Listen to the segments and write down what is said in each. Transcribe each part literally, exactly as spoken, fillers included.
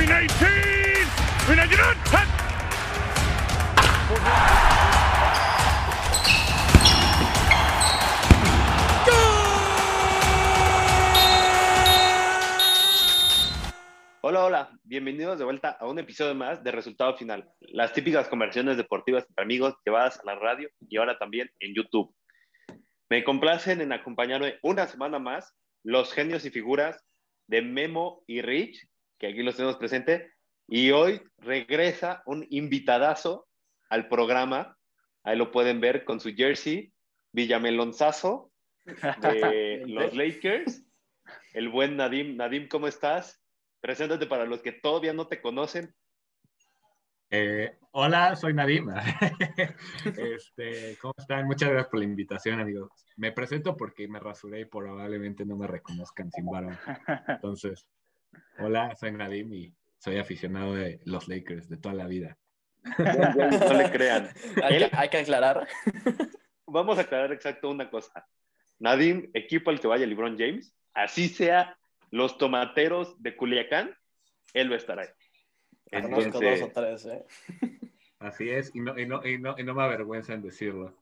eighteen! United! Hola, hola, bienvenidos de vuelta a un episodio más de Resultado Final, las típicas conversaciones deportivas entre amigos llevadas a la radio y ahora también en YouTube. Me complacen en acompañarme una semana más los genios y figuras de Memo y Rich, que aquí los tenemos presentes, y hoy regresa un invitadazo al programa, ahí lo pueden ver con su jersey Villamelonzazo de los Lakers, el buen Nadim. Nadim, ¿cómo estás? Preséntate para los que todavía no te conocen. Eh, hola, soy Nadim. este, ¿Cómo están? Muchas gracias por la invitación, amigos. Me presento porque me rasuré y probablemente no me reconozcan sin varón. Entonces, hola, soy Nadim y soy aficionado de los Lakers de toda la vida. No le crean. hay, Él, que, hay que aclarar. Vamos a aclarar exacto una cosa. Nadim, equipo al que vaya LeBron James, así sea los tomateros de Culiacán, él va a estar ahí. Conozco Entonces, dos o tres, ¿eh? Así es, y no, y no, y no, y no me avergüenza en decirlo.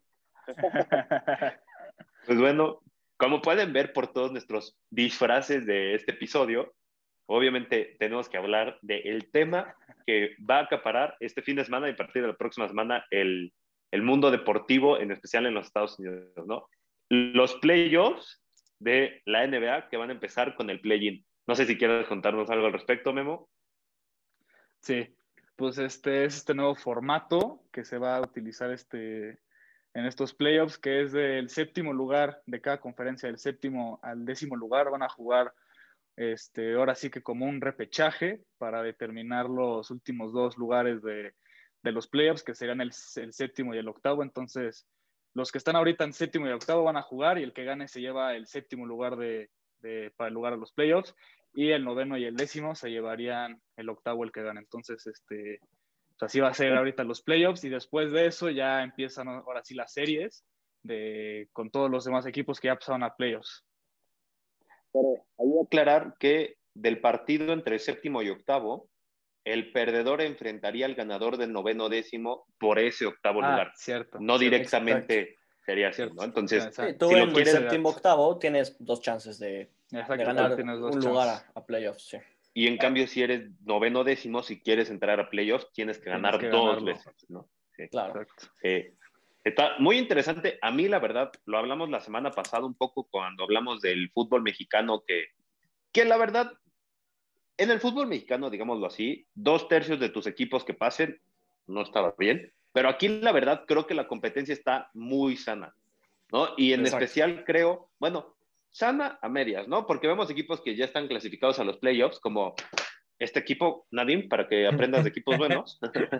pues bueno, como pueden ver por todos nuestros disfraces de este episodio, obviamente tenemos que hablar del tema que va a acaparar este fin de semana y a partir de la próxima semana el, el mundo deportivo, en especial en los Estados Unidos, ¿no? Los playoffs de la N B A que van a empezar con el play-in. No sé si quieres contarnos algo al respecto, Memo. Sí, pues este es este nuevo formato que se va a utilizar este, en estos playoffs, que es del séptimo lugar de cada conferencia, del séptimo al décimo lugar. Van a jugar este, ahora sí que como un repechaje para determinar los últimos dos lugares de, de los playoffs, que serían el, el séptimo y el octavo. Entonces, los que están ahorita en séptimo y octavo van a jugar y el que gane se lleva el séptimo lugar de, de, para el lugar a los playoffs. Y el noveno y el décimo se llevarían el octavo el que gane. Entonces, este, pues así va a ser ahorita los playoffs y después de eso ya empiezan ahora sí las series de, con todos los demás equipos que ya pasaron a playoffs. Pero hay que aclarar que del partido entre séptimo y octavo, el perdedor enfrentaría al ganador del noveno décimo por ese octavo ah, lugar. Cierto. No cierto, directamente exacto. sería así, Cierto. ¿no? Entonces, O sea, Sí, tú si en lo quieres... séptimo octavo tienes dos chances de, Exacto, de ganar tienes dos un chances. lugar a, a playoffs, sí. Y en cambio, si eres noveno décimo, si quieres entrar a playoffs, tienes que Tienes ganar que dos ganarlo. veces, ¿no? Sí. Claro. Exacto. Eh, está muy interesante. A mí, la verdad, lo hablamos la semana pasada un poco cuando hablamos del fútbol mexicano, que, que la verdad, en el fútbol mexicano, digámoslo así, dos tercios de tus equipos que pasen no estaba bien, pero aquí la verdad creo que la competencia está muy sana, ¿no? Y en Exacto. especial creo, bueno, sana a medias, ¿no? Porque vemos equipos que ya están clasificados a los playoffs, como este equipo, Nadim, para que aprendas de equipos buenos.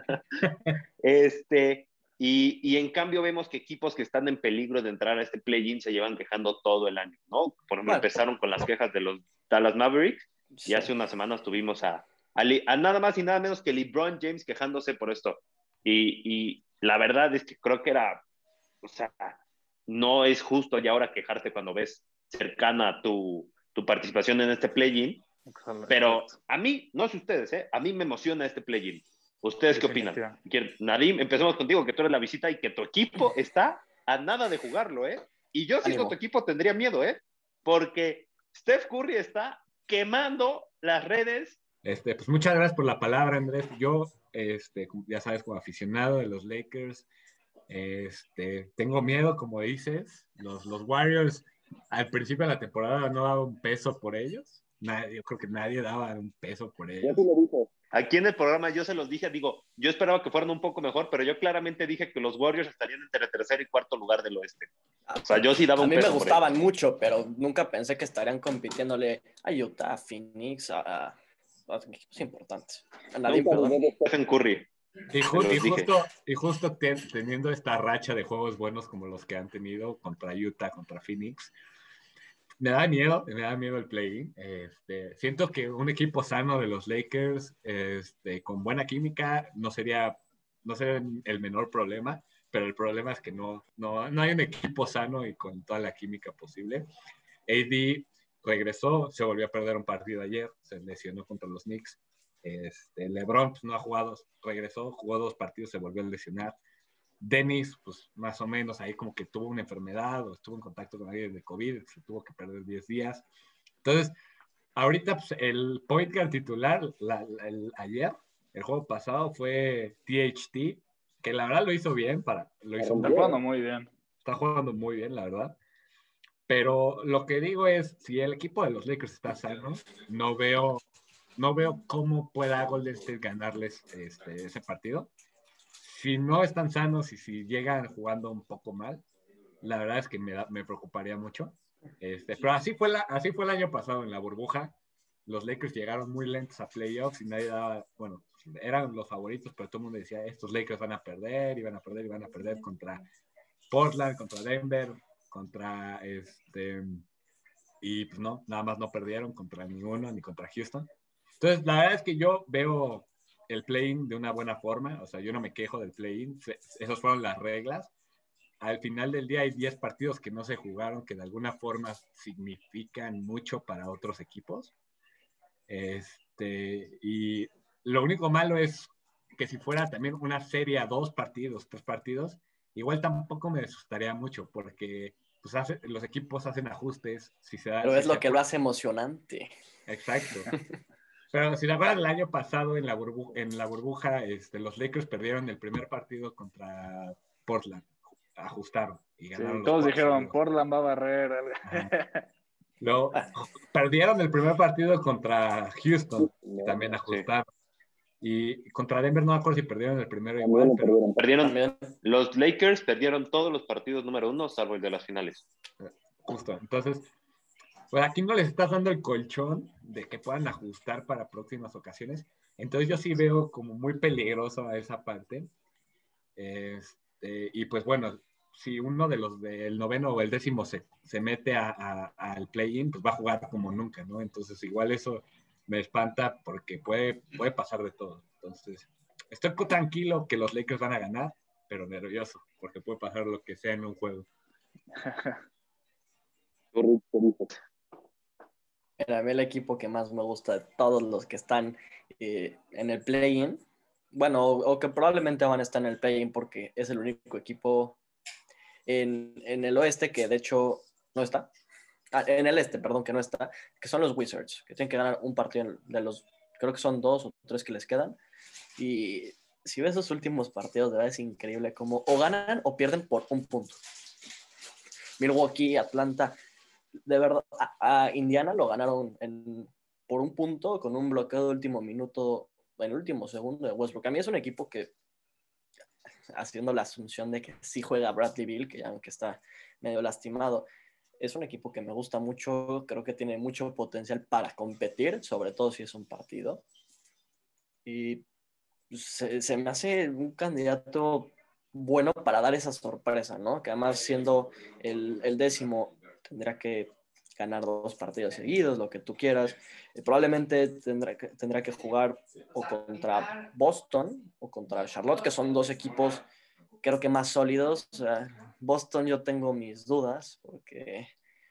este, y, y en cambio vemos que equipos que están en peligro de entrar a este play-in se llevan quejando todo el año, ¿no? Por ejemplo, Bueno, empezaron con las quejas de los Dallas Mavericks sí. y hace unas semanas tuvimos a, a, a nada más y nada menos que LeBron James quejándose por esto. Y, y la verdad es que creo que era, o sea, no es justo ya ahora quejarte cuando ves cercana tu, tu participación en este play-in, pero a mí, no sé ustedes, ¿eh? A mí me emociona este play-in. ¿Ustedes qué opinan? Nadim, empecemos contigo, que tú eres la visita y que tu equipo está a nada de jugarlo, ¿eh? Y yo siendo tu equipo tendría miedo, ¿eh? Porque Steph Curry está quemando las redes. Este, pues muchas gracias por la palabra, Andrés. Yo, este, ya sabes, como aficionado de los Lakers, este, tengo miedo, como dices. Los, los Warriors, al principio de la temporada no daba un peso por ellos. Nadie, yo creo que nadie daba un peso por ellos. Yo sí lo dije. Aquí en el programa yo se los dije, digo, yo esperaba que fueran un poco mejor, pero yo claramente dije que los Warriors estarían entre tercer y cuarto lugar del oeste. O sea, yo sí daba a un mí peso me gustaban mucho, pero nunca pensé que estarían compitiéndole a Utah, a Phoenix, a, a equipos importantes. A nadie, perdón. Stephen Curry. Y, ju y justo, y justo ten teniendo esta racha de juegos buenos como los que han tenido contra Utah, contra Phoenix, me da miedo, me da miedo el play-in. Este, siento que un equipo sano de los Lakers, este, con buena química, no sería, no sería el menor problema, pero el problema es que no, no, no hay un equipo sano y con toda la química posible. A D regresó, se volvió a perder un partido ayer, se lesionó contra los Knicks. Este, LeBron pues, no ha jugado, regresó, jugó dos partidos, se volvió a lesionar. Dennis, pues más o menos ahí como que tuvo una enfermedad o estuvo en contacto con alguien de COVID, se tuvo que perder diez días. Entonces, ahorita pues, el point guard titular la, la, el, ayer, el juego pasado fue T H T, que la verdad lo hizo bien, para, lo hizo Está jugando muy bien. Está jugando muy bien, la verdad. Pero lo que digo es, si el equipo de los Lakers está sano, no veo, no veo cómo pueda Golden State ganarles este, ese partido. Si no están sanos y si llegan jugando un poco mal, la verdad es que me, da, me preocuparía mucho. Este, pero así fue, la, así fue el año pasado en la burbuja. Los Lakers llegaron muy lentos a playoffs y nadie daba, bueno, eran los favoritos, pero todo el mundo decía, estos Lakers van a perder, y van a perder, y van a perder contra Portland, contra Denver, contra este, y pues no, nada más no perdieron contra ninguno, ni contra Houston. Entonces, la verdad es que yo veo el play-in de una buena forma, o sea, yo no me quejo del play-in, esas fueron las reglas. Al final del día hay diez partidos que no se jugaron, que de alguna forma significan mucho para otros equipos. Este, y lo único malo es que si fuera también una serie a dos partidos, tres partidos, igual tampoco me asustaría mucho, porque pues, hace, los equipos hacen ajustes. Si se da, Pero si es lo se... que lo hace emocionante. Exacto. Pero si la verdad, el año pasado en la, burbu en la burbuja, este, los Lakers perdieron el primer partido contra Portland. Ajustaron y ganaron. Sí, los todos dijeron, partidos. Portland va a barrer. Luego, perdieron el primer partido contra Houston y también ajustaron. Sí. Y contra Denver no me acuerdo si perdieron el primero igual, pero... Perdieron, también. Los Lakers perdieron todos los partidos número uno, salvo el de las finales. Justo, entonces... Pues aquí no les estás dando el colchón de que puedan ajustar para próximas ocasiones. Entonces yo sí veo como muy peligroso a esa parte. Este, y pues bueno, si uno de los del noveno o el décimo se, se mete a, a, al play-in, pues va a jugar como nunca, ¿no? Entonces igual eso me espanta porque puede, puede pasar de todo. Entonces estoy tranquilo que los Lakers van a ganar, pero nervioso porque puede pasar lo que sea en un juego. A mí el equipo que más me gusta de todos los que están eh, en el play-in, bueno, o, o que probablemente van a estar en el play-in porque es el único equipo en, en el oeste que de hecho no está, ah, en el este, perdón, que no está, que son los Wizards, que tienen que ganar un partido de los, creo que son dos o tres que les quedan, y si ves esos últimos partidos, de verdad es increíble como o ganan o pierden por un punto. Milwaukee, Atlanta... De verdad, a, a Indiana lo ganaron en, por un punto con un bloqueo de último minuto, en el último segundo de Westbrook. A mí es un equipo que, haciendo la asunción de que sí juega Bradley Beal, que aunque está medio lastimado, es un equipo que me gusta mucho, creo que tiene mucho potencial para competir, sobre todo si es un partido. Y se, se me hace un candidato bueno para dar esa sorpresa, ¿no? Que además siendo el, el décimo tendrá que ganar dos partidos seguidos, lo que tú quieras. Eh, probablemente tendrá que, tendrá que jugar o contra Boston o contra Charlotte, que son dos equipos creo que más sólidos. O sea, Boston yo tengo mis dudas, porque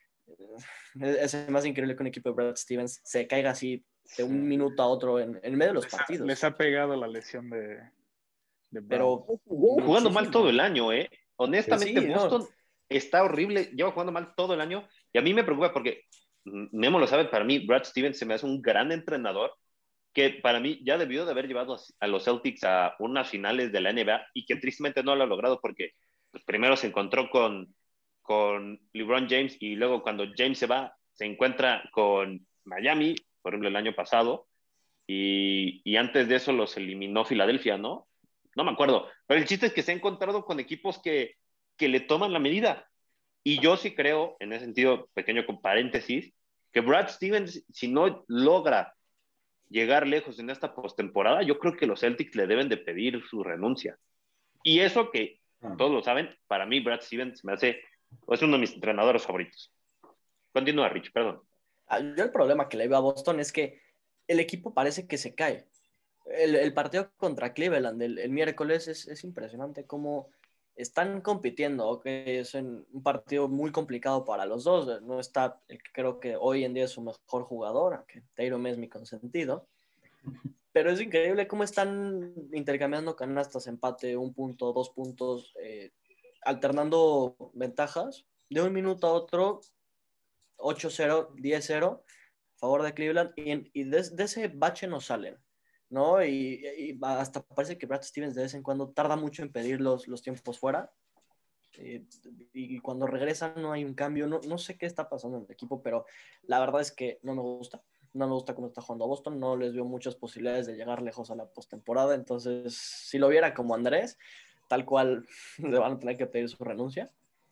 es, es más increíble que un equipo de Brad Stevens se caiga así de un minuto a otro en, en medio de los les partidos. Ha, les ha pegado la lesión de... de Pero jugando muchísimo. Mal todo el año, ¿eh? Honestamente, sí, Boston... No. Está horrible, lleva jugando mal todo el año y a mí me preocupa porque, Memo lo sabe, para mí Brad Stevens se me hace un gran entrenador que para mí ya debió de haber llevado a los Celtics a unas finales de la N B A y que tristemente no lo ha logrado porque pues, primero se encontró con, con LeBron James y luego cuando James se va se encuentra con Miami, por ejemplo el año pasado, y, y antes de eso los eliminó Filadelfia, ¿no? No me acuerdo, pero el chiste es que se ha encontrado con equipos que que le toman la medida. Y yo sí creo, en ese sentido, pequeño con paréntesis, que Brad Stevens, si no logra llegar lejos en esta postemporada, yo creo que los Celtics le deben de pedir su renuncia. Y eso que, todos lo saben, para mí Brad Stevens me hace, es uno de mis entrenadores favoritos. Continúa, Rich, perdón. Yo el problema que le veo a Boston es que el equipo parece que se cae. El, el partido contra Cleveland el, el miércoles es, es impresionante cómo están compitiendo, que es un partido muy complicado para los dos. No está el que creo que hoy en día es su mejor jugador, aunque Tatum es mi consentido. pero es increíble cómo están intercambiando canastas, empate, un punto, dos puntos, eh, alternando ventajas de un minuto a otro, ocho cero, diez cero, a favor de Cleveland, y, y de, de ese bache no salen, ¿no? Y, y hasta parece que Brad Stevens de vez en cuando tarda mucho en pedir los, los tiempos fuera, eh, y cuando regresan no hay un cambio, no, no sé qué está pasando en el equipo, pero la verdad es que no me gusta. No me gusta cómo está jugando Boston, no les veo muchas posibilidades de llegar lejos a la postemporada, entonces si lo viera como Andrés, tal cual le van a tener que pedir su renuncia.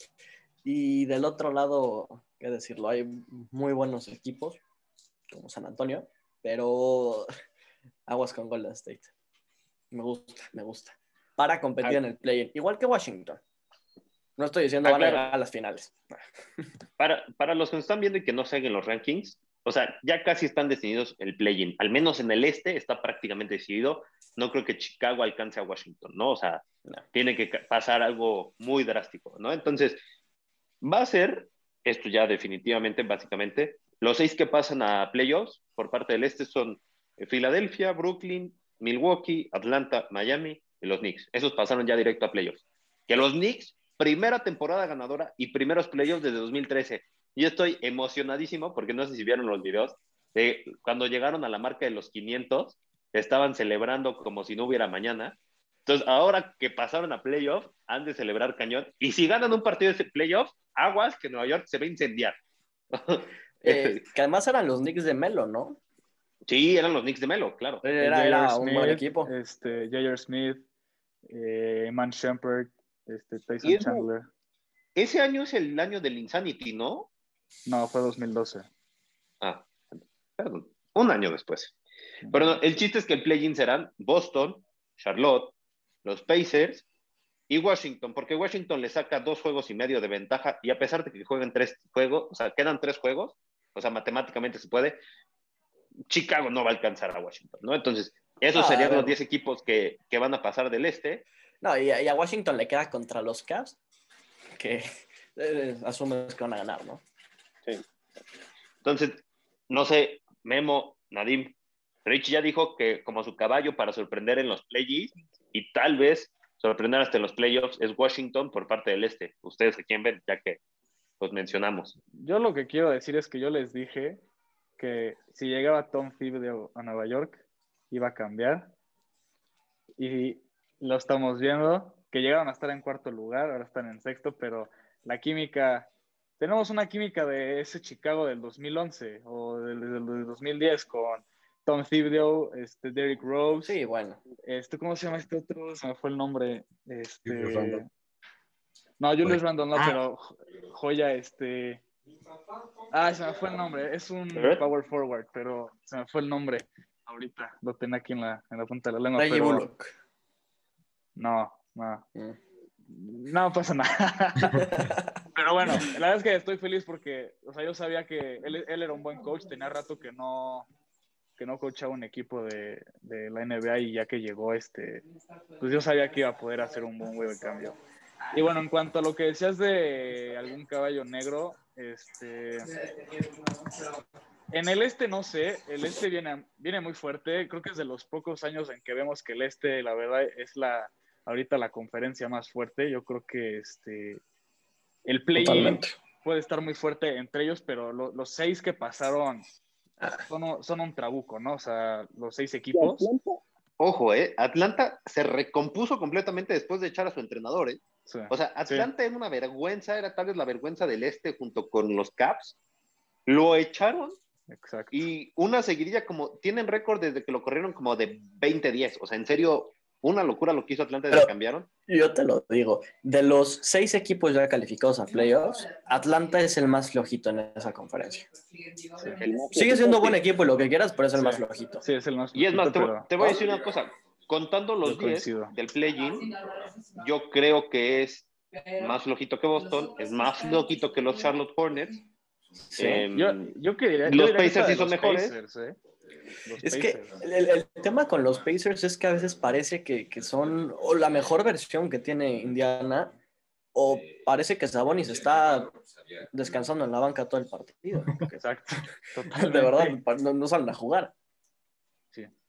Y del otro lado, qué decirlo, hay muy buenos equipos, como San Antonio, pero aguas con Golden State. Me gusta, me gusta. Para competir ah, en el play-in, igual que Washington. No estoy diciendo ah, van claro. a llegar a las finales. Para, para los que nos están viendo y que no siguen los rankings, o sea, ya casi están definidos el play-in. Al menos en el este está prácticamente decidido. No creo que Chicago alcance a Washington, ¿no? O sea, no. Tiene que pasar algo muy drástico, ¿no? Entonces, va a ser, esto ya definitivamente, básicamente, los seis que pasan a playoffs por parte del este son Filadelfia, Brooklyn, Milwaukee, Atlanta, Miami y los Knicks. Esos pasaron ya directo a playoffs. Que los Knicks, primera temporada ganadora y primeros playoffs desde dos mil trece. Yo estoy emocionadísimo porque no sé si vieron los videos de cuando llegaron a la marca de los quinientos, estaban celebrando como si no hubiera mañana. Entonces, ahora que pasaron a playoff, han de celebrar cañón. Y si ganan un partido de playoff, aguas que Nueva York se va a incendiar. eh, que además eran los Knicks de Melo, ¿no? Sí, eran los Knicks de Melo, claro. Era, era un buen equipo. Este, J R. Smith, eh, Man Shumpert, este, Tyson ese, Chandler. Ese año es el año del Insanity, ¿no? No, fue dos mil doce. Ah, perdón. Un año después. Pero no, el chiste es que el play-in serán Boston, Charlotte, los Pacers y Washington, porque Washington le saca dos juegos y medio de ventaja, y a pesar de que jueguen tres juegos, o sea, quedan tres juegos, o sea, matemáticamente se puede, Chicago no va a alcanzar a Washington, ¿no? Entonces, esos no, serían los diez equipos que, que van a pasar del este. No, y a, y a Washington le queda contra los Cavs, que eh, asumes que van a ganar, ¿no? Sí. Entonces, no sé, Memo, Nadim, Rich ya dijo que como su caballo para sorprender en los play-ins y tal vez sorprender hasta en los playoffs es Washington por parte del este. Ustedes a quién ven, ya que los mencionamos. Yo lo que quiero decir es que yo les dije que si llegaba Tom Thibodeau a Nueva York iba a cambiar, y lo estamos viendo, que llegaron a estar en cuarto lugar, ahora están en sexto, pero la química, tenemos una química de ese Chicago del dos mil once o del, del, del dos mil diez con Tom Thibodeau, este, Derrick Rose. Sí, bueno. Este, ¿cómo se llama este otro? Se me fue el nombre. Este... No, Julius Randle no, ah. pero joya, este... Ah, se me fue el nombre. Es un power forward, pero se me fue el nombre. Ahorita lo tengo aquí en la, en la punta de la lengua. Reggie pero... Bullock. No, no. Mm. No pasa nada. Pero bueno, la verdad es que estoy feliz porque, o sea, yo sabía que él, él era un buen coach. Tenía rato que no... que no coachaba un equipo de, de la N B A, y ya que llegó este, pues yo sabía que iba a poder hacer un buen huevo de cambio. Y bueno, en cuanto a lo que decías de algún caballo negro, este, en el este no sé, el este viene, viene muy fuerte, creo que es de los pocos años en que vemos que el este, la verdad, es la, ahorita la conferencia más fuerte. Yo creo que este, el play-in puede estar muy fuerte entre ellos, pero lo, los seis que pasaron Son, son un trabuco, ¿no? O sea, los seis equipos. Ojo, ¿eh? Atlanta se recompuso completamente después de echar a su entrenador, ¿eh? Sí, o sea, Atlanta sí. Era una vergüenza, era tal vez la vergüenza del este junto con los Caps. Lo echaron. Exacto. Y una seguidilla como, tienen récord desde que lo corrieron como de veinte diez. O sea, en serio, una locura lo que hizo Atlanta desde que cambiaron. Yo te lo digo, de los seis equipos ya calificados a playoffs, Atlanta es el más flojito en esa conferencia. Sí. Sigue siendo buen equipo y lo que quieras, pero es el sí. más flojito. Sí, es el más flojito. Y es más, te, pero... te voy a decir una cosa. Contando los diez del play-in, yo creo que es más flojito que Boston, es más flojito que los Charlotte Hornets. Sí. Eh, yo, yo que diría, los yo diría Pacers sí son los mejores. Pacers, ¿eh? Los es Pacers. Que el, el tema con los Pacers es que a veces parece que, que son o la mejor versión que tiene Indiana, o parece que Sabonis está descansando en la banca todo el partido. Exacto. Totalmente. De verdad, no, no salen a jugar. Sí,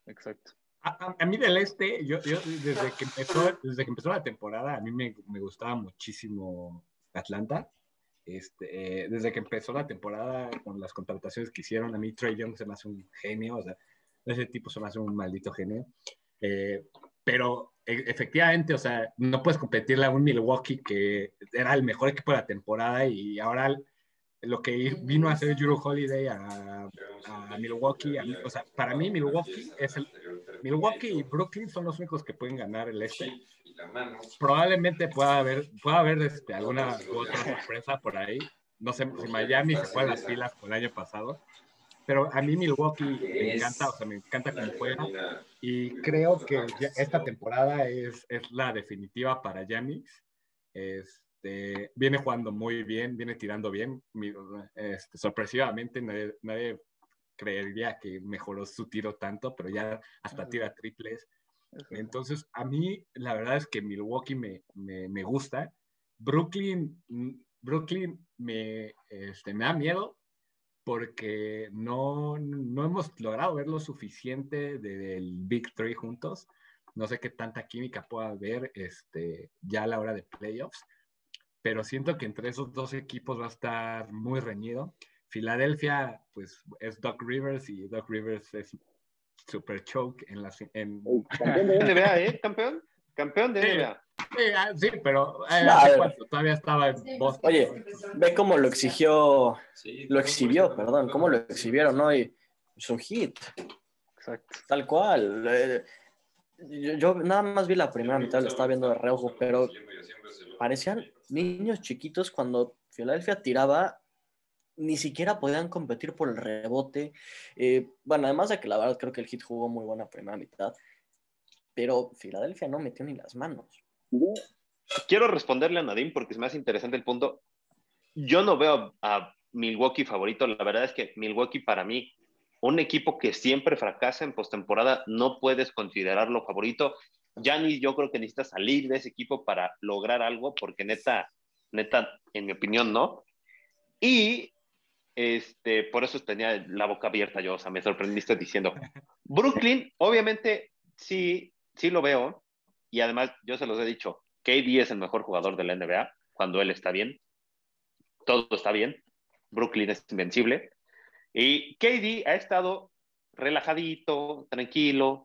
exacto. A, a, a mí del este, yo, yo desde, que empezó, desde que empezó la temporada, a mí me, me gustaba muchísimo Atlanta. Este, eh, desde que empezó la temporada, con las contrataciones que hicieron, a mí Trae Young se me hace un genio, o sea, ese tipo se me hace un maldito genio. Eh, pero e, efectivamente, o sea, no puedes competirle a un Milwaukee que era el mejor equipo de la temporada y ahora lo que vino a hacer Jrue Holiday a, a Milwaukee, a, o sea, para mí Milwaukee es el Milwaukee y Brooklyn son los únicos que pueden ganar el este. Probablemente pueda haber, pueda haber este, alguna otra sorpresa por ahí. No sé si Miami se fue a las pilas con el año pasado, pero a mí Milwaukee me encanta, o sea, me encanta cómo juega y creo que ya esta temporada es, es la definitiva para Giannis. Este, viene jugando muy bien, viene tirando bien. Este, sorpresivamente, nadie, nadie creería que mejoró su tiro tanto, pero ya hasta tira triples. Entonces, a mí la verdad es que Milwaukee me, me, me gusta. Brooklyn, Brooklyn me, este, me da miedo porque no, no hemos logrado ver lo suficiente del Big Three juntos. No sé qué tanta química pueda haber este, ya a la hora de playoffs, pero siento que entre esos dos equipos va a estar muy reñido. Filadelfia, pues es Doc Rivers y Doc Rivers es super choke en la... En... Campeón de N B A, ¿eh? Campeón. Campeón de sí, N B A. Sí, sí, pero eh, no, ¿hace cuánto? Todavía estaba en Boston. Oye, ve cómo lo exigió, lo exhibió, perdón, cómo lo exhibieron, ¿no? Y es un hit. Exacto. Tal cual. Eh, yo, yo nada más vi la primera mitad, la estaba viendo de reojo, pero parecían niños chiquitos cuando Filadelfia tiraba, ni siquiera podían competir por el rebote. Eh, bueno, además de que la verdad creo que el Heat jugó muy buena primera mitad, pero Filadelfia no metió ni las manos. Quiero responderle a Nadim porque se me hace interesante el punto. Yo no veo a Milwaukee favorito. La verdad es que Milwaukee, para mí, un equipo que siempre fracasa en postemporada, no puedes considerarlo favorito. Giannis, yo creo que necesita salir de ese equipo para lograr algo, porque neta, neta, en mi opinión, no. Y este, por eso tenía la boca abierta yo, o sea, me sorprendiste diciendo. Brooklyn, obviamente, sí, sí lo veo. Y además, yo se los he dicho, K D es el mejor jugador de la N B A cuando él está bien. Todo está bien. Brooklyn es invencible. Y K D ha estado relajadito, tranquilo,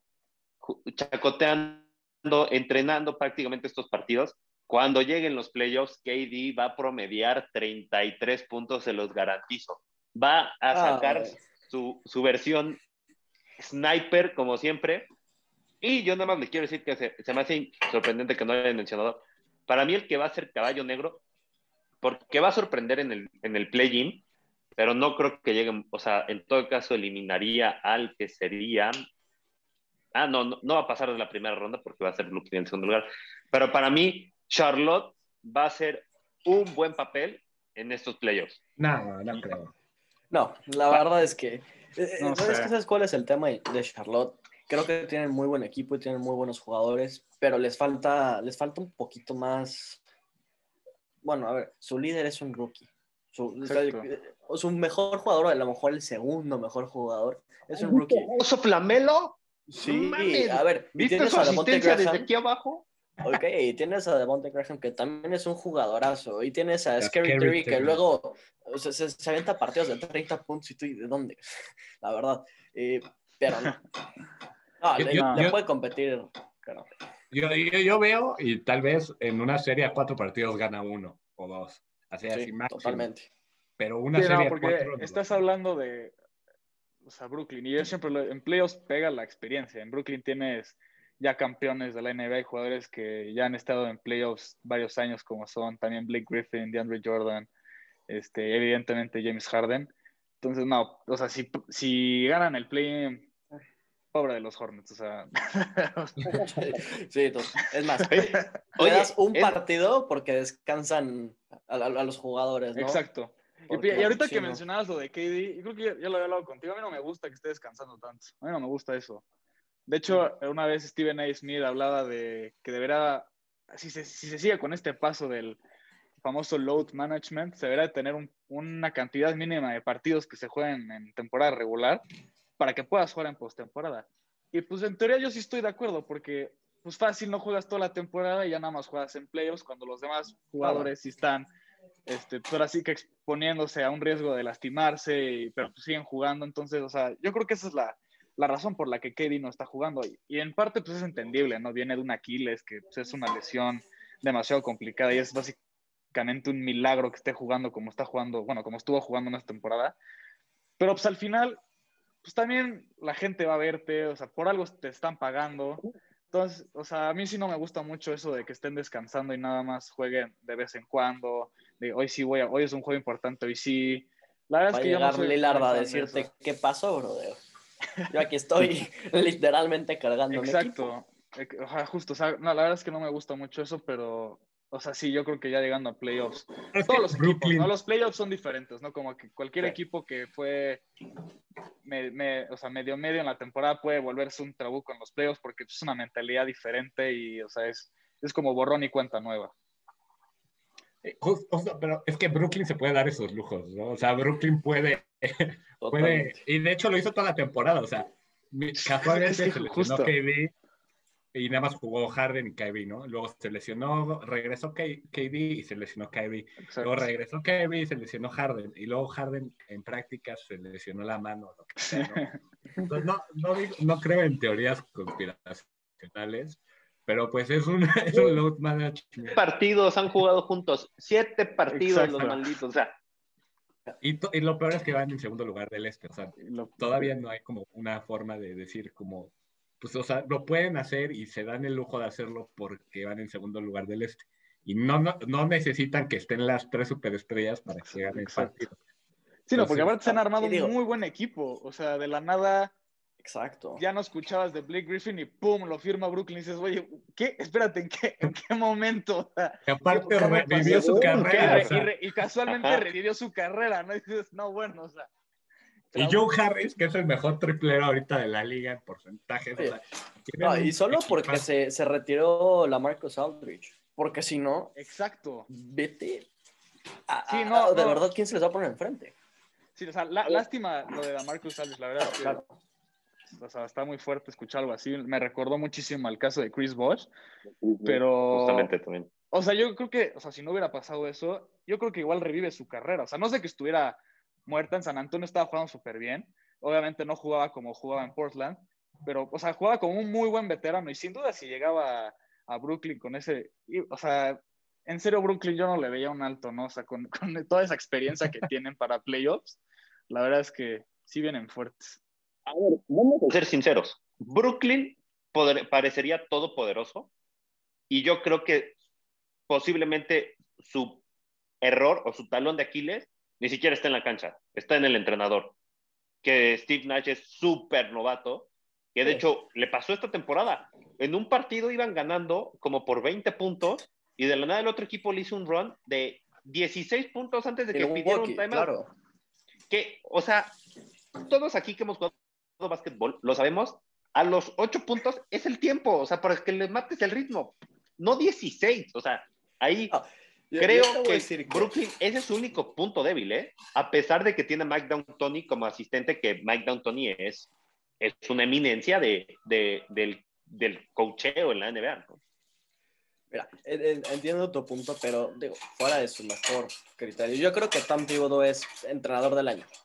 chacoteando, entrenando prácticamente estos partidos. Cuando lleguen los playoffs, K D va a promediar treinta y tres puntos, se los garantizo. Va a sacar ah, su, su versión sniper, como siempre. Y yo nada más les quiero decir que se, se me hace sorprendente que no hayan mencionado. Para mí el que va a ser caballo negro, porque va a sorprender en el, en el play-in, pero no creo que lleguen, o sea, en todo caso eliminaría al que sería, ah, no, no, no va a pasar de la primera ronda porque va a ser Brooklyn en el segundo lugar, pero para mí Charlotte va a hacer un buen papel en estos playoffs. No, no creo. No, la verdad es que, no eh, ¿sabes, ¿sabes cuál es el tema de Charlotte? Creo que tienen muy buen equipo y tienen muy buenos jugadores, pero les falta, les falta un poquito más. Bueno, a ver, su líder es un rookie. Su, su mejor jugador, a lo mejor el segundo mejor jugador, es un rookie. ¿Oso Flamelo? Sí, no a ver, ¿viste su asistencia desde aquí abajo? Ok, y tienes a Devontae Graham, que también es un jugadorazo, y tienes a Scary Terry, que luego o sea, se, se aventa partidos de treinta puntos, y tú, ¿de dónde? La verdad, eh, pero no. No, yo, le, yo, le puede competir, claro. Yo, yo, yo veo, y tal vez en una serie a cuatro partidos gana uno o dos, así, sí, así máximo. Totalmente. Pero una sí, serie no, porque a cuatro... estás no hablando de, o sea, Brooklyn, y yo siempre lo, en playoffs pega la experiencia. En Brooklyn tienes ya campeones de la N B A y jugadores que ya han estado en playoffs varios años, como son también Blake Griffin, DeAndre Jordan, este, evidentemente James Harden. Entonces, no, o sea, si, si ganan el play-in, pobre de los Hornets, o sea. Sí, es más, oye, le das un es... partido porque descansan a, a, a los jugadores, ¿no? Exacto. Porque, y, y ahorita sí, que no. mencionabas lo de K D, yo creo que ya, ya lo había hablado contigo, a mí no me gusta que esté descansando tanto, a mí no me gusta eso. De hecho, una vez Stephen A. Smith hablaba de que deberá, si se, si se sigue con este paso del famoso load management, se deberá tener un, una cantidad mínima de partidos que se jueguen en temporada regular para que puedas jugar en postemporada. Y pues en teoría yo sí estoy de acuerdo, porque pues fácil, no juegas toda la temporada y ya nada más juegas en playoffs cuando los demás jugadores sí están, este, pues ahora sí que exponiéndose a un riesgo de lastimarse, y, pero pues siguen jugando. Entonces, o sea, yo creo que esa es la, la razón por la que K D no está jugando. Y, y en parte pues es entendible, ¿no? Viene de un Aquiles, que pues, es una lesión demasiado complicada y es básicamente un milagro que esté jugando como está jugando, bueno, como estuvo jugando en esta temporada. Pero pues al final, pues también la gente va a verte, o sea, por algo te están pagando. Entonces, o sea, a mí sí no me gusta mucho eso de que estén descansando y nada más jueguen de vez en cuando, de hoy sí voy a, hoy es un juego importante, hoy sí. La verdad Va es a que yo no llegar soy Lillard muy a fan de decirte eso. qué pasó, brother. Yo aquí estoy literalmente cargando mi equipo. Exacto. O sea, justo, o sea, no, la verdad es que no me gusta mucho eso, pero, o sea, sí, yo creo que ya llegando a playoffs, Pero es todos que los equipos, Brooklyn, ¿no? Los playoffs son diferentes, ¿no? Como que cualquier Sí. equipo que fue me, me, o sea, medio medio en la temporada puede volverse un trabuco en los playoffs porque es una mentalidad diferente y, o sea, es, es como borrón y cuenta nueva. eh, just- justo, pero es que Brooklyn se puede dar esos lujos, ¿no? O sea, Brooklyn puede, puede, Totalmente. y de hecho lo hizo toda la temporada, o sea, mi- casualmente Es que se lesionó justo. K D y nada más jugó Harden y Kyrie, ¿no? Luego se lesionó, regresó K- KD y se lesionó Kyrie. Luego Exacto. regresó Kyrie y se lesionó Harden. Y luego Harden en prácticas se lesionó la mano, lo que sea, ¿no? Entonces, no, no, digo- no creo en teorías conspiracionales, pero pues es un, es un load management. Partidos han jugado juntos, siete partidos los Exacto. malditos, o sea, Y, to- y lo peor es que van en segundo lugar del este, o sea, Lo- todavía no hay como una forma de decir como, pues, o sea, lo pueden hacer y se dan el lujo de hacerlo porque van en segundo lugar del este. Y no, no, no necesitan que estén las tres superestrellas para que ganen el Exacto. partido. Sí, no, porque Entonces, aparte se han armado Y un digo, muy buen equipo. O sea, de la nada exacto. ya no escuchabas de Blake Griffin y pum, lo firma Brooklyn y dices, oye, ¿qué? Espérate, ¿en qué, en qué momento? O sea, y ¿qué, aparte ¿cuándo revivió pasó? su ¡Boom! Y, carrera, o re- y, sea, re- y casualmente Ajá. revivió su carrera, ¿no? Y dices, no, bueno, o sea. y Joe Harris, que es el mejor triplero ahorita de la liga en porcentajes, o Oye, sea, tienen no, y un solo porque equipazo. se, se retiró la Marcus Aldridge. Porque si no, Exacto. vete. a- Sí, a- no, de no. verdad, ¿quién se les va a poner enfrente? Sí, o sea, la- lástima lo de la Marcus Aldridge, la verdad es que Claro. o sea, está muy fuerte escuchar algo así. Me recordó muchísimo al caso de Chris Bosh, pero, Justamente también. o sea, yo creo que, o sea, si no hubiera pasado eso, yo creo que igual revive su carrera. O sea, no sé que estuviera muerta en San Antonio, estaba jugando súper bien. Obviamente no jugaba como jugaba en Portland, pero, o sea, jugaba como un muy buen veterano y sin duda si llegaba a, a Brooklyn con ese, y, o sea, en serio Brooklyn yo no le veía un alto, ¿no? O sea, con, con toda esa experiencia que tienen para playoffs, la verdad es que sí vienen fuertes. A ver, vamos a ser sinceros. Brooklyn poder, parecería todopoderoso y yo creo que posiblemente su error o su talón de Aquiles ni siquiera está en la cancha, está en el entrenador. Que Steve Nash es súper novato, que de Sí. hecho le pasó esta temporada. En un partido iban ganando como por veinte puntos y de la nada el otro equipo le hizo un run de dieciséis puntos antes de que pidiera un Milwaukee, timeout. claro. Que, o sea, todos aquí que hemos jugado básquetbol, lo sabemos, a los ocho puntos es el tiempo, o sea, para que le mates el ritmo, no dieciséis, o sea, ahí Ah, yo- creo yo te voy a que decir que- Brooklyn, ese es su único punto débil, ¿eh? A pesar de que tiene a Mike D'Antoni como asistente, que Mike D'Antoni es, es una eminencia de, de, del, del coacheo en la N B A, ¿no? Mira, en- en- entiendo tu punto, pero digo, fuera de su mejor criterio. Yo creo que Tom Thibodeau es entrenador del año.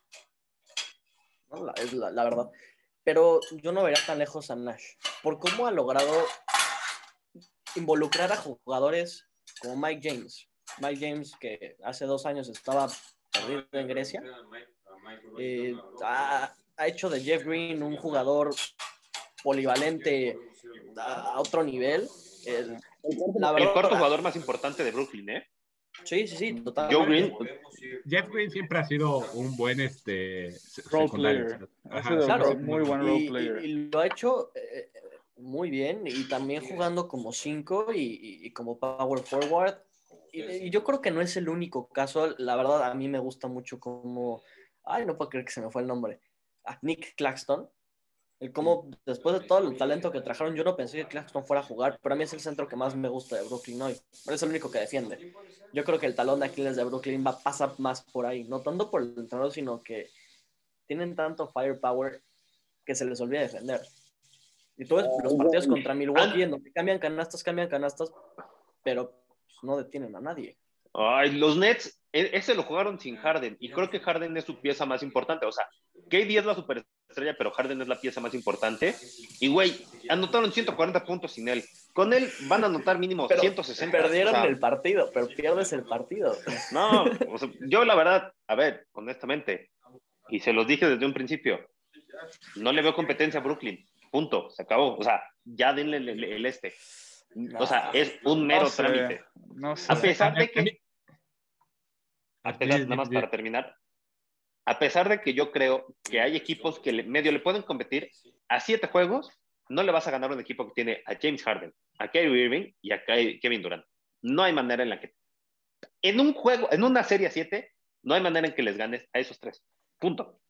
¿No? La, es la, la verdad. Pero yo no vería tan lejos a Nash. Por cómo ha logrado involucrar a jugadores como Mike James. Mike James, que hace dos años estaba perdido en Grecia. Eh, ha, ha hecho de Jeff Green un jugador polivalente a, a otro nivel. El, la El verdad, cuarto jugador más importante de Brooklyn, ¿eh? Sí, sí, sí, Joe totalmente. Green, Jeff Green siempre ha sido un buen este, se- Role secundario. player. o sea, Ha ajá, sido siempre ha Claro, sido muy buen y, role y- player. y lo ha hecho eh, muy bien y también jugando como cinco y, y- y como power forward. Y, y yo creo que no es el único caso. La verdad, a mí me gusta mucho como... Ay, no puedo creer que se me fue el nombre. Ah, Nick Claxton. El cómo, después de todo el talento que trajeron, yo no pensé que Claxton fuera a jugar, pero a mí es el centro que más me gusta de Brooklyn hoy. Pero es el único que defiende. Yo creo que el talón de Aquiles de Brooklyn va a pasar más por ahí. No tanto por el entrenador, sino que tienen tanto firepower que se les olvida defender. Y tú ves los partidos contra Milwaukee en donde cambian canastas, cambian canastas, pero pues, no detienen a nadie. Ay, los Nets, e- ese lo jugaron sin Harden, y creo que Harden es su pieza más importante. O sea, K D es la superestrella, pero Harden es la pieza más importante. Y, güey, anotaron ciento cuarenta puntos sin él. Con él van a anotar mínimo Pero ciento sesenta. perdieron O sea, el partido, pero pierdes el partido. no, o sea, yo la verdad, a ver, honestamente, y se los dije desde un principio, no le veo competencia a Brooklyn. Punto, se acabó. O sea, ya denle el, el- el este. O sea, es un mero No sé, trámite. no sé. A pesar de A mí- que, a- espera, nada más para terminar, a pesar de que yo creo que hay equipos que le- medio le pueden competir, a siete juegos no le vas a ganar un equipo que tiene a James Harden, a Kyrie Irving y a Ky- Kevin Durant. No hay manera en la que... En un juego, en una serie a siete, no hay manera en que les ganes a esos tres. Punto.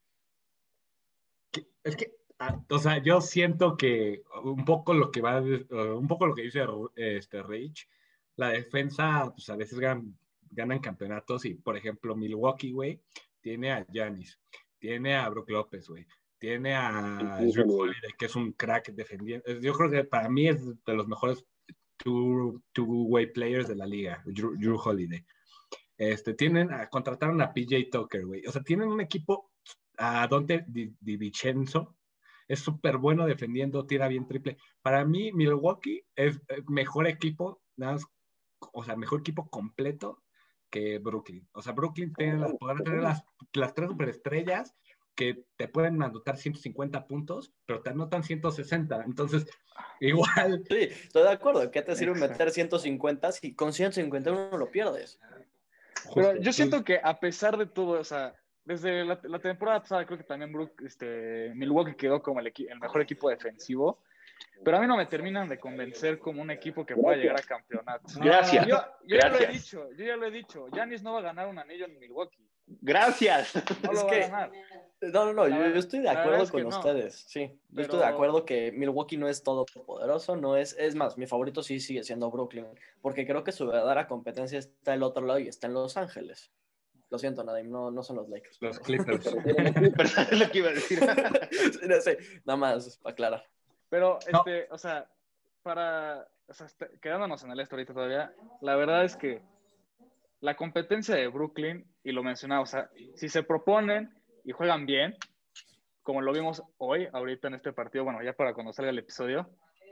Es que, ah, o sea, yo siento que un poco lo que va, de- uh, un poco lo que dice este Rage, la defensa, pues a veces ganan, ganan campeonatos y, por ejemplo, Milwaukee, güey, tiene a Giannis, tiene a Brook López, güey, tiene a Drew Holiday, que es un crack defendiendo. Yo creo que para mí es de los mejores two, two-way players de la liga, Drew, Drew Holiday. Este, tienen, a, contrataron a P J Tucker, güey. O sea, tienen un equipo a Dante Di, Di Vincenzo, es súper bueno defendiendo, tira bien triple. Para mí, Milwaukee es mejor equipo, nada más, o sea, mejor equipo completo que Brooklyn. O sea, Brooklyn tiene las, podrá tener las, las tres superestrellas que te pueden anotar ciento cincuenta puntos, pero te anotan ciento sesenta. Entonces, igual. Sí, estoy de acuerdo. ¿Qué te sirve Exacto. meter ciento cincuenta si con ciento cincuenta uno lo pierdes? Pero Justo, yo siento que a pesar de todo, o sea, desde la, la temporada pasada creo que también Brook, este, Milwaukee quedó como el, equi- el mejor equipo defensivo, pero a mí no me terminan de convencer como un equipo que pueda llegar a campeonato. Gracias. Yo, yo ya lo he Gracias. dicho, yo ya lo he dicho, Giannis no va a ganar un anillo en Milwaukee, Gracias. no Es lo va que- a ganar. No, no, no, La yo, ver- yo estoy de la verdad acuerdo es con que no. ustedes, sí. Yo Pero- estoy de acuerdo que Milwaukee no es todopoderoso, no es, es más, mi favorito sí sigue siendo Brooklyn, porque creo que su verdadera competencia está al otro lado y está en Los Ángeles. Lo siento, Nadim, no, no son los Lakers. los Clippers. Pero ¿sabes lo que iba a decir? Sí, no sé, nada más para aclarar. Pero, No. este, o sea, para, o sea, este, quedándonos en el este ahorita todavía, la verdad es que la competencia de Brooklyn, y lo mencionaba, o sea, si se proponen y juegan bien, como lo vimos hoy, ahorita en este partido, bueno, ya para cuando salga el episodio,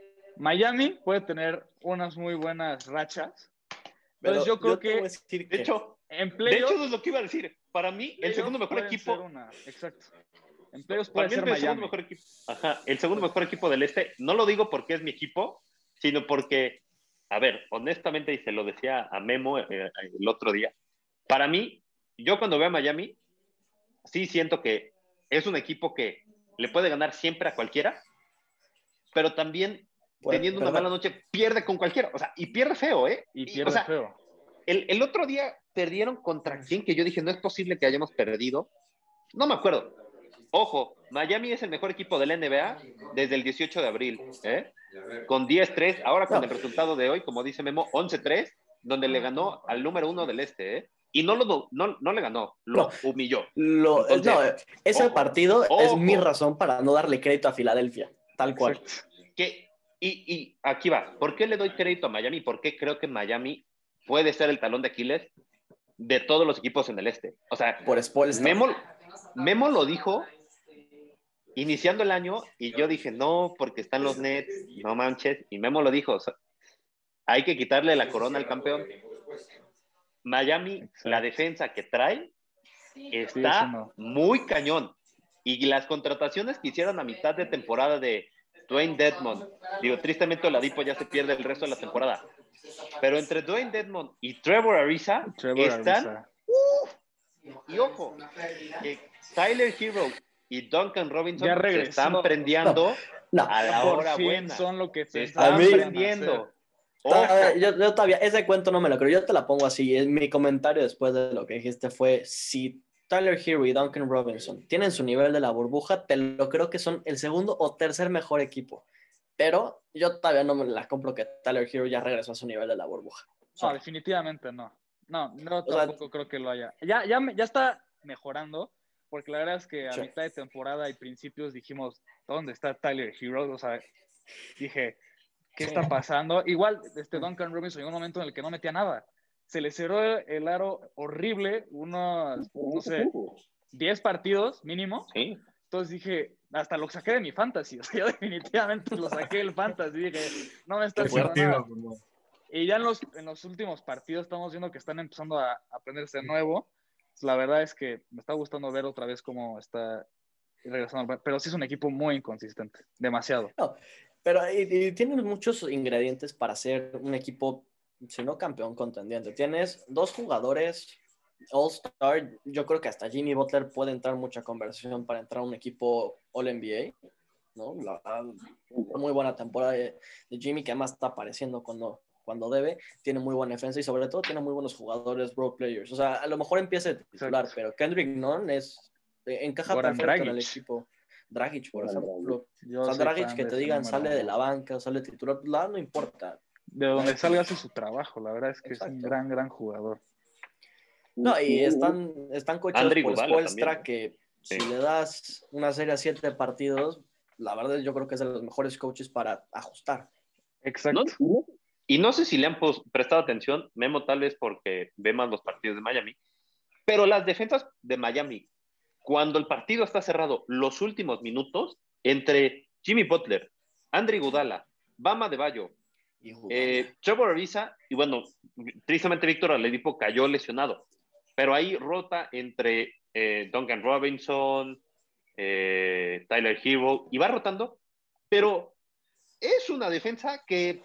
Miami puede tener unas muy buenas rachas. Pero Entonces yo creo te voy a que decir De que- hecho, en de playoffs, hecho, eso es lo que iba a decir. Para mí, el playoffs segundo mejor pueden equipo... ser una, exacto. En playoffs Para puede mí ser el segundo Miami. mejor equipo. Ajá, el segundo mejor equipo del este. No lo digo porque es mi equipo, sino porque, a ver, honestamente, y se lo decía a Memo eh, el otro día, para mí, yo cuando veo a Miami, sí siento que es un equipo que le puede ganar siempre a cualquiera, pero también Puede teniendo una perder. mala noche, pierde con cualquiera. O sea, y pierde feo, ¿eh? Y Y, pierde o sea, feo. el, el otro día perdieron contra quién, que yo dije, no es posible que hayamos perdido. No me acuerdo. Ojo, Miami es el mejor equipo de la N B A desde el dieciocho de abril, ¿eh? Con diez tres, ahora con No. el resultado de hoy, como dice Memo, once tres, donde le ganó al número uno del este, ¿eh? Y no, lo, no, no le ganó, lo No. humilló. Lo, Entonces, no, ese ojo, partido ojo. es mi razón para no darle crédito a Filadelfia, tal cual. Exacto. Que, y, y aquí va, ¿por qué le doy crédito a Miami? ¿Por qué creo que Miami puede ser el talón de Aquiles de todos los equipos en el este? O sea, Por Spoelstra. Memo, Memo lo dijo iniciando el año y yo dije, no, porque están los Nets, no manches. Y Memo lo dijo, o sea, hay que quitarle la corona al campeón. Miami, Exacto. la defensa que trae está Sí, eso no. muy cañón. Y las contrataciones que hicieron a mitad de temporada de Dwayne Dedmon, digo, tristemente Oladipo ya se pierde el resto de la temporada. Pero entre Dwayne Dedmon y Trevor Ariza Trevor están... Ariza. Y ojo, que Tyler Hero y Duncan Robinson Ya se regresó. están prendiendo No, a la Por hora fin buena. son lo que Se pensaban están mí- que iban a prendiendo. hacer. Ojo. Ta- Yo, yo todavía, ese cuento no me lo creo. Yo te la pongo así. Es mi comentario después de lo que dijiste fue: si Tyler Hero y Duncan Robinson tienen su nivel de la burbuja, te lo creo que son el segundo o tercer mejor equipo. Pero yo todavía no me la compro que Tyler Hero ya regresó a su nivel de la burbuja. No, Sorry. definitivamente no. No, no O sea, tampoco creo que lo haya. Ya, ya, me- ya está mejorando, porque la verdad es que a Sí. mitad de temporada y principios dijimos, ¿dónde está Tyler Hero? O sea, dije, ¿qué está pasando? Igual, este Duncan Robinson llegó un momento en el que no metía nada. Se le cerró el aro horrible, unos, no sé, diez partidos mínimo. Sí. Entonces dije, hasta lo saqué de mi fantasy. O sea, yo definitivamente lo saqué del fantasy. Dije, no me está Qué haciendo sentido, nada. como- Y ya en los, en los últimos partidos estamos viendo que están empezando a, a aprenderse de nuevo. La verdad es que me está gustando ver otra vez cómo está regresando. Pero sí es un equipo muy inconsistente, demasiado. No, pero y, y tienen muchos ingredientes para ser un equipo, si no campeón, contendiente. Tienes dos jugadores All-Star. Yo creo que hasta Jimmy Butler puede entrar en mucha conversación para entrar a un equipo All-N B A, ¿no? La, muy buena temporada de, de Jimmy, que además está apareciendo cuando, cuando debe. Tiene muy buena defensa y sobre todo tiene muy buenos jugadores, role players. O sea, a lo mejor empieza de titular, Exacto. pero Kendrick Nunn es, encaja Goran perfecto en el Dragic. equipo. Dragic, por ejemplo. Yo O sea, soy Dragic fan que de te ese digan número sale de uno. la banca, sale titular, la, no importa. De donde salga hace su trabajo. La verdad es que Exacto. es un gran, gran jugador. No, y están, están coachados André por Iguodala Spoelstra, también, que Sí. si le das una serie a siete partidos, la verdad yo creo que es de los mejores coaches para ajustar. Exacto. No, y no sé si le han pos- prestado atención, Memo, tal vez porque ve más los partidos de Miami, pero las defensas de Miami, cuando el partido está cerrado, los últimos minutos, entre Jimmy Butler, Andre Iguodala, Bama Adebayo, Y eh, Trevor Ariza, y bueno, tristemente Víctor Oladipo cayó lesionado, pero ahí rota entre eh, Duncan Robinson, eh, Tyler Hero, y va rotando, pero es una defensa que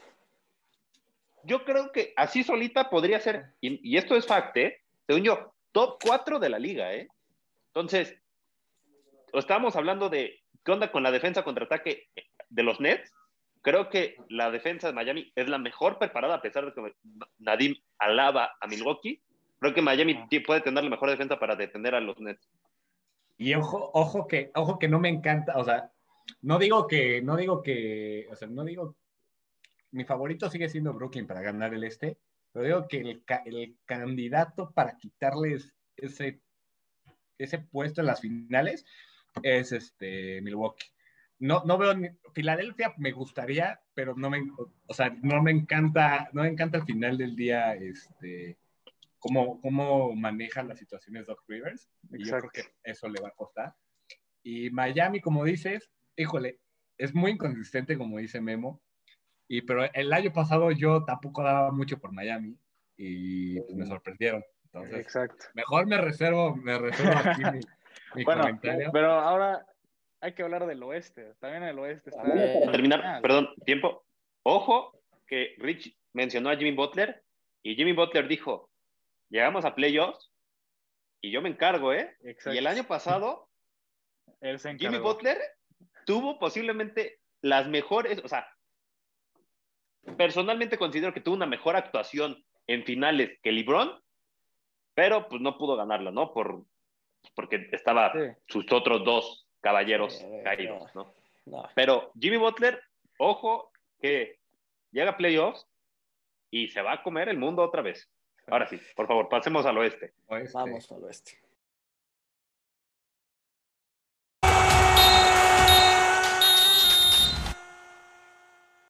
yo creo que así solita podría ser, y, y esto es fact, ¿eh? Según yo, top cuatro de la liga, ¿eh? Entonces, estábamos hablando de qué onda con la defensa contraataque de los Nets. Creo que la defensa de Miami es la mejor preparada, a pesar de que Nadim alaba a Milwaukee. Creo que Miami puede tener la mejor defensa para detener a los Nets. Y ojo, ojo que, ojo que no me encanta, o sea, no digo que, no digo que, o sea, no digo, mi favorito sigue siendo Brooklyn para ganar el este, pero digo que el, el candidato para quitarles ese, ese puesto en las finales es este Milwaukee. No, no veo, ni, Filadelfia me gustaría, pero no me, o sea, no me encanta, no me encanta al final del día, este, cómo, cómo maneja las situaciones Doc Rivers, y yo creo que eso le va a costar. Y Miami, como dices, híjole, es muy inconsistente, como dice Memo, y, pero el año pasado yo tampoco daba mucho por Miami, y pues me sorprendieron. Entonces, Exacto. mejor me reservo, me reservo aquí mi, mi bueno, comentario. Pero ahora hay que hablar del oeste. También el oeste está... Para terminar, perdón, tiempo. Ojo que Rich mencionó a Jimmy Butler, y Jimmy Butler dijo, llegamos a playoffs y yo me encargo, ¿eh? Exacto. Y el año pasado, Él se Jimmy Butler tuvo posiblemente las mejores, o sea, personalmente considero que tuvo una mejor actuación en finales que LeBron, pero pues no pudo ganarla, ¿no? Por, porque estaba sí. sus otros dos caballeros sí, caídos, no. ¿no? No. Pero Jimmy Butler, ojo, que llega a playoffs y se va a comer el mundo otra vez. Ahora sí, por favor, pasemos al oeste. oeste. Vamos al oeste.